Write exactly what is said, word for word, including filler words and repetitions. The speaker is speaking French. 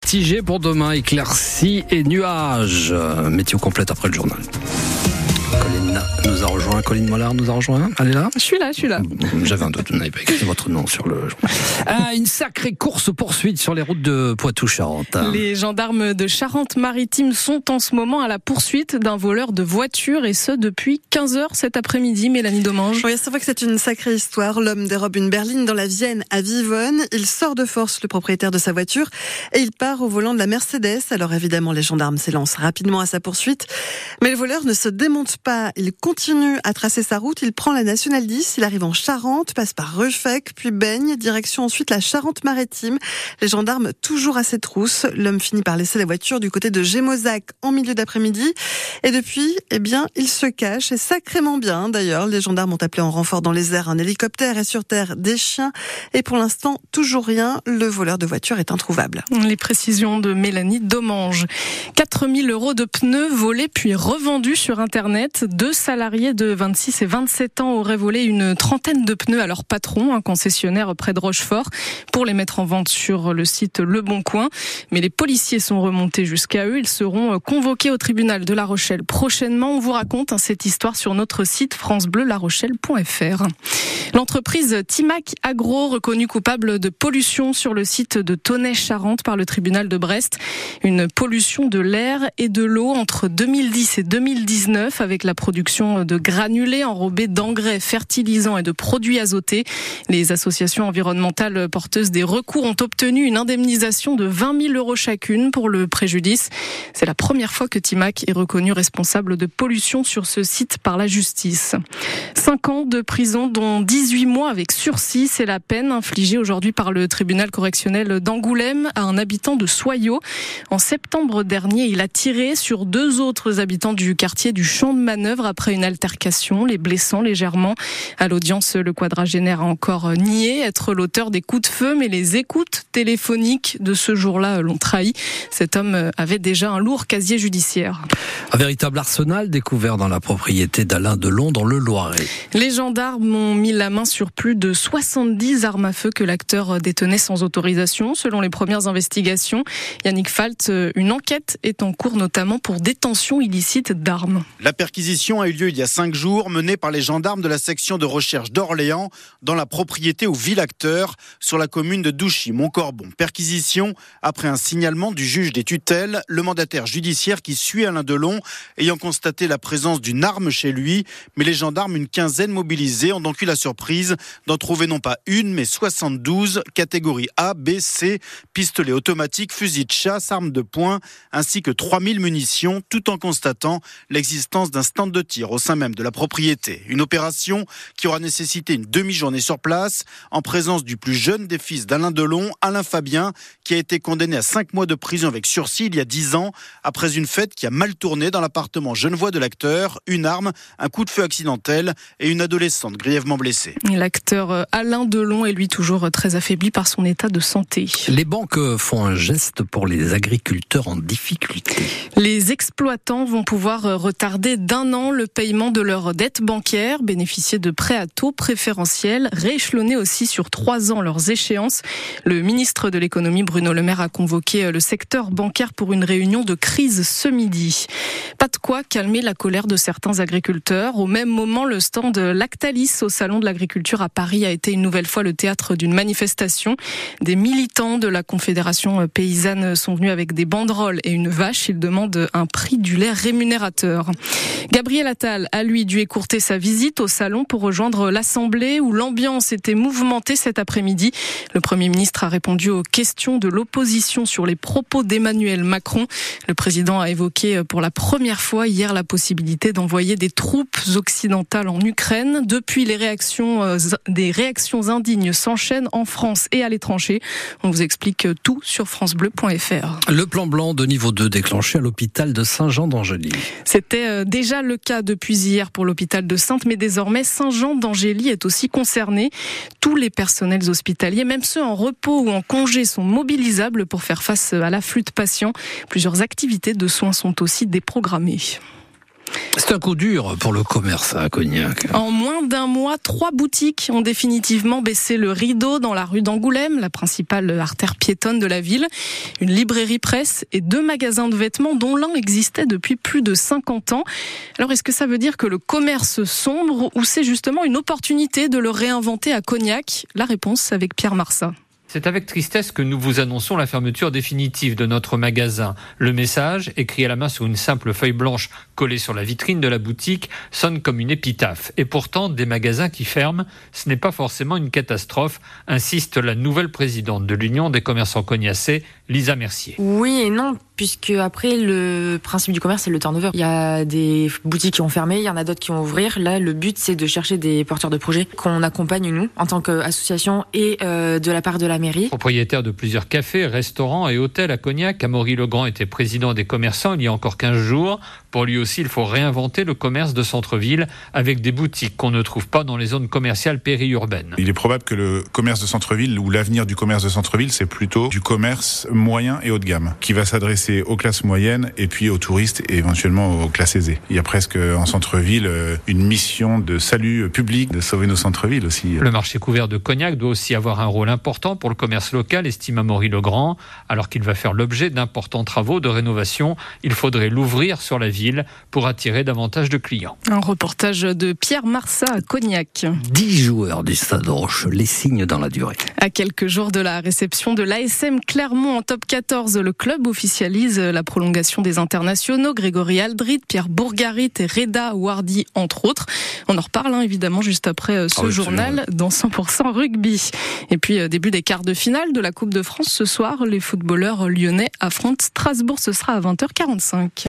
mitigé pour demain, éclaircies et nuages. Météo complète après le journal. Colline nous a rejoint, Colline Mollard nous a rejoint. Elle est là ? Je suis là, je suis là. J'avais un doute, vous n'avez pas écrit votre nom sur le... Ah, une sacrée course-poursuite sur les routes de Poitou-Charentes. Les gendarmes de Charente-Maritime sont en ce moment à la poursuite d'un voleur de voiture, et ce depuis quinze heures cet après-midi. Mélanie Domange. Oui, c'est vrai que c'est une sacrée histoire. L'homme dérobe une berline dans la Vienne à Vivonne. Il sort de force le propriétaire de sa voiture et il part au volant de la Mercedes. Alors évidemment, les gendarmes s'élancent rapidement à sa poursuite. Mais le voleur ne se démonte pas. Il continue à tracer sa route. Il prend la Nationale dix. Il arrive en Charente, passe par Ruffec, puis Baigne, direction ensuite la Charente-Maritime. Les gendarmes toujours à ses trousses. L'homme finit par laisser la voiture du côté de Gémozac en milieu d'après-midi. Et depuis, eh bien, il se cache, et sacrément bien d'ailleurs. Les gendarmes ont appelé en renfort dans les airs un hélicoptère et sur terre des chiens. Et pour l'instant, toujours rien. Le voleur de voiture est introuvable. Les précisions de Mélanie Domange. quatre mille euros de pneus volés puis revendus sur Internet. Deux salariés de vingt-six et vingt-sept ans auraient volé une trentaine de pneus à leur patron, un concessionnaire près de Rochefort, pour les mettre en vente sur le site Le Bon Coin. Mais les policiers sont remontés jusqu'à eux. Ils seront convoqués au tribunal de La Rochelle prochainement. On vous raconte cette histoire sur notre site francebleu la rochelle point f r. L'entreprise Timac Agro, reconnue coupable de pollution sur le site de Tonnet-Charente par le tribunal de Brest. Une pollution de l'air et de l'eau entre deux mille dix et deux mille dix-neuf, avec la production de granulés enrobés d'engrais, fertilisants et de produits azotés. Les associations environnementales porteuses des recours ont obtenu une indemnisation de vingt mille euros chacune pour le préjudice. C'est la première fois que Timac est reconnu responsable de pollution sur ce site par la justice. Cinq ans de prison, dont dix-huit mois avec sursis, c'est la peine infligée aujourd'hui par le tribunal correctionnel d'Angoulême à un habitant de Soyaux. En septembre dernier, il a tiré sur deux autres habitants du quartier du Champ de Manœuvre après une altercation, les blessant légèrement. À l'audience, le quadragénaire a encore nié être l'auteur des coups de feu, mais les écoutes téléphoniques de ce jour-là l'ont trahi. Cet homme avait déjà un lourd casier judiciaire. Un véritable arsenal découvert dans la propriété d'Alain Delon dans le Loiret. Les gendarmes ont mis la main sur plus de soixante-dix armes à feu que l'acteur détenait sans autorisation. Selon les premières investigations, Yannick Falt, une enquête est en cours notamment pour détention illicite d'armes. La perquisition a eu lieu il y a cinq jours, menée par les gendarmes de la section de recherche d'Orléans dans la propriété où vit l'acteur, sur la commune de Douchy-Montcorbon. Perquisition après un signalement du juge des tutelles, le mandataire judiciaire qui suit Alain Delon, ayant constaté la présence d'une arme chez lui. Mais les gendarmes, une quinzaine mobilisés, ont donc eu la surprise d'en trouver non pas une, mais soixante-douze, catégorie A, B, C, pistolets automatiques, fusils de chasse, armes de poing, ainsi que trois mille munitions, tout en constatant l'existence d'un stand de tir au sein même de la propriété. Une opération qui aura nécessité une demi-journée sur place, en présence du plus jeune des fils d'Alain Delon, Alain Fabien, qui a été condamné à cinq mois de prison avec sursis il y a dix ans, après une fête qui a mal tourné dans l'appartement genevois de l'acteur, une arme, un coup de feu accidentel et une adolescente grièvement blessée. L'acteur Alain Delon est lui toujours très affaibli par son état de santé. Les banques font un geste pour les agriculteurs en difficulté. Les exploitants vont pouvoir retarder d'un an le paiement de leurs dettes bancaires, bénéficier de prêts à taux préférentiels, rééchelonner aussi sur trois ans leurs échéances. Le ministre de l'économie Bruno Le Maire a convoqué le secteur bancaire pour une réunion de crise ce midi. Pas de quoi calmer la colère de certains agriculteurs. Au même moment, le stand Lactalis au Salon de l'Agriculture à Paris a été une nouvelle fois le théâtre d'une manifestation. Des militants de la Confédération paysanne sont venus avec des banderoles et une vache. Ils demandent un prix du lait rémunérateur. Gabriel Attal a lui dû écourter sa visite au salon pour rejoindre l'Assemblée où l'ambiance était mouvementée cet après-midi. Le Premier ministre a répondu aux questions de l'opposition sur les propos d'Emmanuel Macron. Le président a évoqué pour la première fois hier la possibilité d'envoyer des troupes occidentales en Ukraine. Depuis, les réactions, euh, des réactions indignes s'enchaînent en France et à l'étranger. On vous explique tout sur francebleu point f r. Le plan blanc de niveau deux déclenché à l'hôpital de Saint-Jean-d'Angély. C'était euh, déjà le cas depuis hier pour l'hôpital de Saintes, mais désormais Saint-Jean-d'Angély est aussi concerné. Tous les personnels hospitaliers, même ceux en repos ou en congé, sont mobilisables pour faire face à l'afflux de patients. Plusieurs activités de soins sont aussi déprogrammées. C'est un coup dur pour le commerce à Cognac. En moins d'un mois, trois boutiques ont définitivement baissé le rideau dans la rue d'Angoulême, la principale artère piétonne de la ville. Une librairie presse et deux magasins de vêtements dont l'un existait depuis plus de cinquante ans. Alors est-ce que ça veut dire que le commerce sombre ou c'est justement une opportunité de le réinventer à Cognac? La réponse avec Pierre Marsat. C'est avec tristesse que nous vous annonçons la fermeture définitive de notre magasin. Le message, écrit à la main sur une simple feuille blanche collée sur la vitrine de la boutique, sonne comme une épitaphe. Et pourtant, des magasins qui ferment, ce n'est pas forcément une catastrophe, insiste la nouvelle présidente de l'Union des commerçants cognacais, Lisa Mercier. Oui et non, puisque après, le principe du commerce, c'est le turnover. Il y a des boutiques qui ont fermé, il y en a d'autres qui vont ouvrir. Là, le but, c'est de chercher des porteurs de projets qu'on accompagne, nous, en tant qu'association et euh, de la part de la mairie. Propriétaire de plusieurs cafés, restaurants et hôtels à Cognac, Amaury Legrand était président des commerçants il y a encore quinze jours. Pour lui aussi, il faut réinventer le commerce de centre-ville avec des boutiques qu'on ne trouve pas dans les zones commerciales périurbaines. Il est probable que le commerce de centre-ville ou l'avenir du commerce de centre-ville, c'est plutôt du commerce moyen et haut de gamme qui va s'adresser aux classes moyennes et puis aux touristes et éventuellement aux classes aisées. Il y a presque en centre-ville une mission de salut public, de sauver nos centres-villes aussi. Le marché couvert de Cognac doit aussi avoir un rôle important pour le commerce local, estime Amaury Legrand. Alors qu'il va faire l'objet d'importants travaux de rénovation, il faudrait l'ouvrir sur la ville pour attirer davantage de clients. Un reportage de Pierre Marsat à Cognac. dix joueurs du Stade Roche, les signes dans la durée. À quelques jours de la réception de l'A S M Clermont en top quatorze, le club officialise la prolongation des internationaux, Grégory Aldrit, Pierre Bourgarit et Reda Wardi entre autres. On en reparle hein, évidemment juste après ce ah oui, journal dans cent pour cent rugby. Et puis début des quarts de finale de la Coupe de France ce soir, les footballeurs lyonnais affrontent Strasbourg, ce sera à vingt heures quarante-cinq.